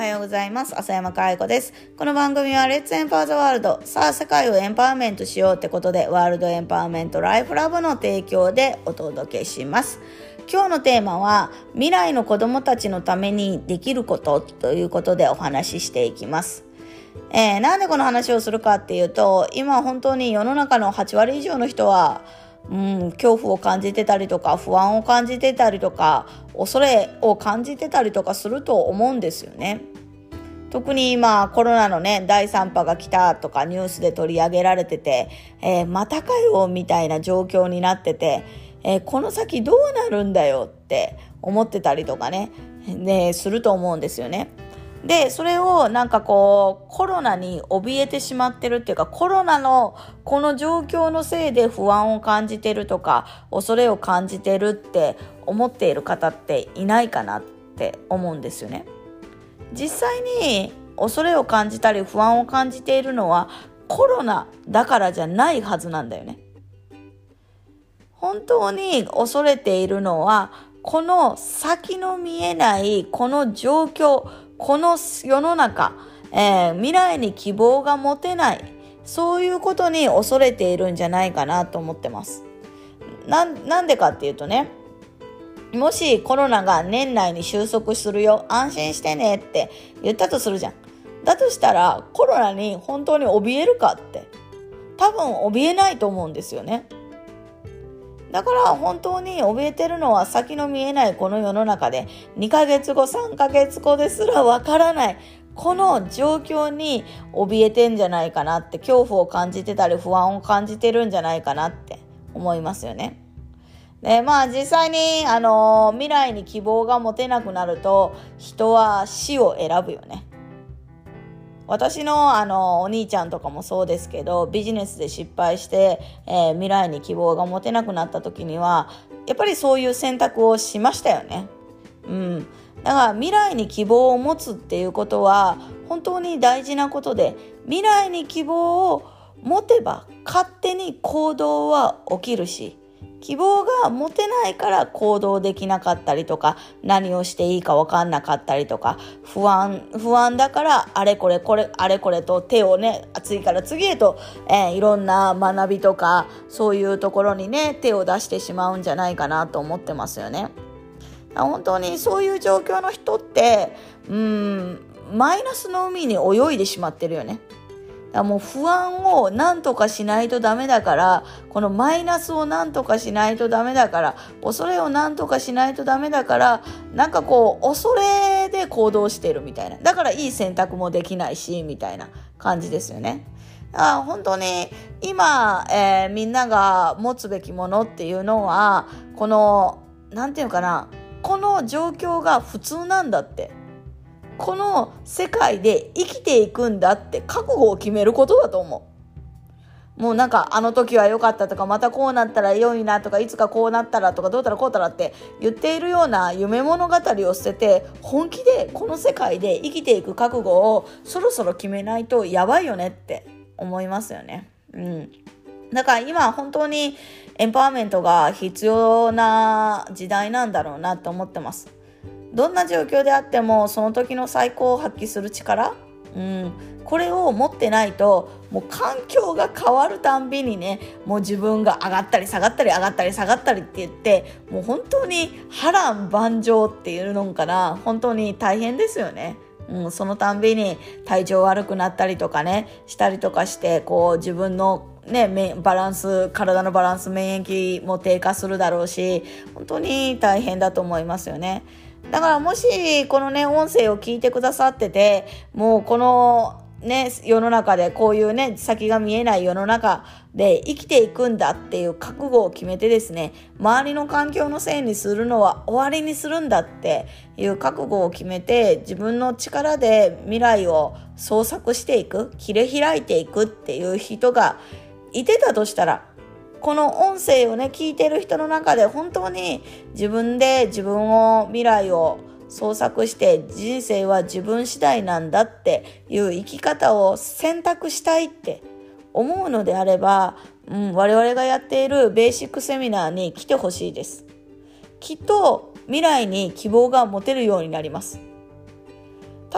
はようございます。浅山かいこです。この番組はレッツエンパワーザワールド、さあ世界をエンパワーメントしようってことで、ワールドエンパワーメントライフラブの提供でお届けします。今日のテーマは未来の子どもたちのためにできることということでお話ししていきます。なんでこの話をするかっていうと、今本当に世の中の8割以上の人は恐怖を感じてたりとか、不安を感じてたりとか、恐れを感じてたりとかすると思うんですよね。特に今コロナの第3波が来たとかニュースで取り上げられてて、またかよみたいな状況になってて、この先どうなるんだよって思ってたりとかすると思うんですよね。で、それをコロナに怯えてしまってるっていうか、コロナのこの状況のせいで不安を感じてるとか、恐れを感じてるって思っている方っていないかなって思うんですよね。実際に恐れを感じたり不安を感じているのはコロナだからじゃないはずなんだよね。本当に恐れているのはこの先の見えないこの状況、この世の中、未来に希望が持てない、そういうことに恐れているんじゃないかなと思ってます。なんでかっていうとね、もしコロナが年内に収束するよ、安心してねって言ったとするじゃん。だとしたらコロナに本当に怯えるかって、多分怯えないと思うんですよね。だから本当に怯えてるのは先の見えないこの世の中で、2ヶ月後3ヶ月後ですらわからないこの状況に怯えてんじゃないかなって、恐怖を感じてたり不安を感じてるんじゃないかなって思いますよね。で、実際に未来に希望が持てなくなると人は死を選ぶよね。私のお兄ちゃんとかもそうですけど、ビジネスで失敗して、未来に希望が持てなくなった時にはやっぱりそういう選択をしましたよね。だから未来に希望を持つっていうことは本当に大事なことで、未来に希望を持てば勝手に行動は起きるし、希望が持てないから行動できなかったりとか、何をしていいか分かんなかったりとか、不安だからあれこれと手を次から次へと、いろんな学びとかそういうところに手を出してしまうんじゃないかなと思ってますよね。本当にそういう状況の人ってマイナスの海に泳いでしまってるよね。もう不安を何とかしないとダメだから、このマイナスを何とかしないとダメだから、恐れを何とかしないとダメだから、恐れで行動してるみたいな。だからいい選択もできないしみたいな感じですよね。本当に今、みんなが持つべきものっていうのは、このこの状況が普通なんだって、この世界で生きていくんだって覚悟を決めることだと思う。もうあの時は良かったとか、またこうなったら良いなとか、いつかこうなったらとか、どうたらこうたらって言っているような夢物語を捨てて、本気でこの世界で生きていく覚悟をそろそろ決めないとやばいよねって思いますよね。だから今本当にエンパワーメントが必要な時代なんだろうなと思ってます。どんな状況であってもその時の最高を発揮する力、これを持ってないと、もう環境が変わるたんびにもう自分が上がったり下がったり上がったり下がったりって言って、もう本当に波乱万丈っていうのかな、本当に大変ですよね。そのたんびに体調悪くなったりとかしたりとかして、自分の体のバランス、免疫も低下するだろうし、本当に大変だと思いますよね。だからもしこの音声を聞いてくださってて、もうこの世の中でこういう先が見えない世の中で生きていくんだっていう覚悟を決めてですね、周りの環境のせいにするのは終わりにするんだっていう覚悟を決めて、自分の力で未来を創作していく、切り開いていくっていう人がいてたとしたら、この音声を聞いてる人の中で本当に自分で自分を、未来を創作して、人生は自分次第なんだっていう生き方を選択したいって思うのであれば、我々がやっているベーシックセミナーに来てほしいです。きっと未来に希望が持てるようになります。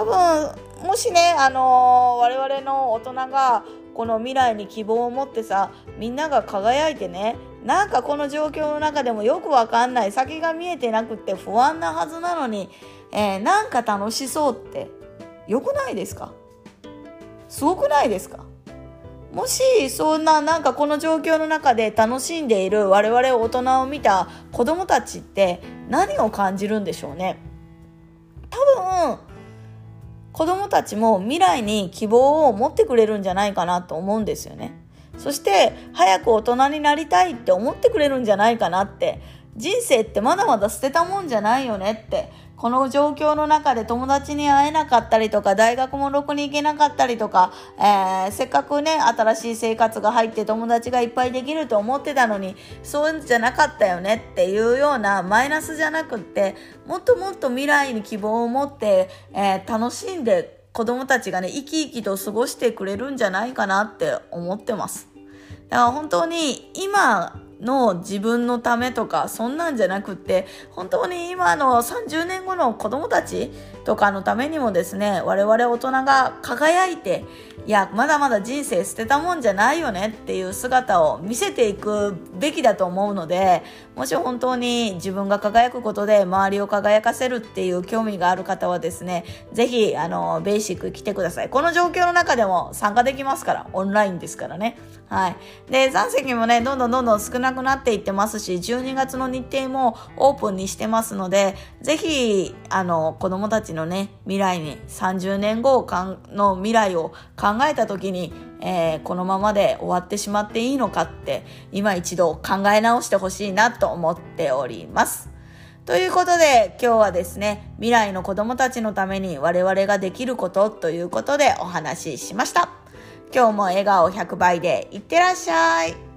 多分もしね、我々の大人がこの未来に希望を持ってさ、みんなが輝いてね、なんかこの状況の中でもよくわかんない、先が見えてなくて不安なはずなのに、なんか楽しそうってよくないですか？すごくないですか？もしそんななんかこの状況の中で楽しんでいる我々大人を見た子供たちって何を感じるんでしょうね。多分子供たちも未来に希望を持ってくれるんじゃないかなと思うんですよね。そして早く大人になりたいって思ってくれるんじゃないかなって、人生ってまだまだ捨てたもんじゃないよねって、この状況の中で友達に会えなかったりとか、大学もろくに行けなかったりとか、せっかくね新しい生活が入って友達がいっぱいできると思ってたのにそうじゃなかったよねっていうようなマイナスじゃなくって、もっともっと未来に希望を持って、楽しんで子供たちがね生き生きと過ごしてくれるんじゃないかなって思ってます。だから本当に今の自分のためとかそんなんじゃなくって、本当に今の30年後の子供たちとかのためにもですね、我々大人が輝いて、いやまだまだ人生捨てたもんじゃないよねっていう姿を見せていくべきだと思うので、もし本当に自分が輝くことで周りを輝かせるっていう興味がある方はですね、ぜひベーシック来てください。この状況の中でも参加できますから、オンラインですからね。はい。で、残席もねどんどん少なくなっていってますし、12月の日程もオープンにしてますので、ぜひ子供たちのね未来に30年後の未来を考えた時に、このままで終わってしまっていいのかって今一度考え直してほしいなと思っております。ということで今日はですね、未来の子供たちのために我々ができることということでお話ししました。今日も笑顔100倍でいってらっしゃい。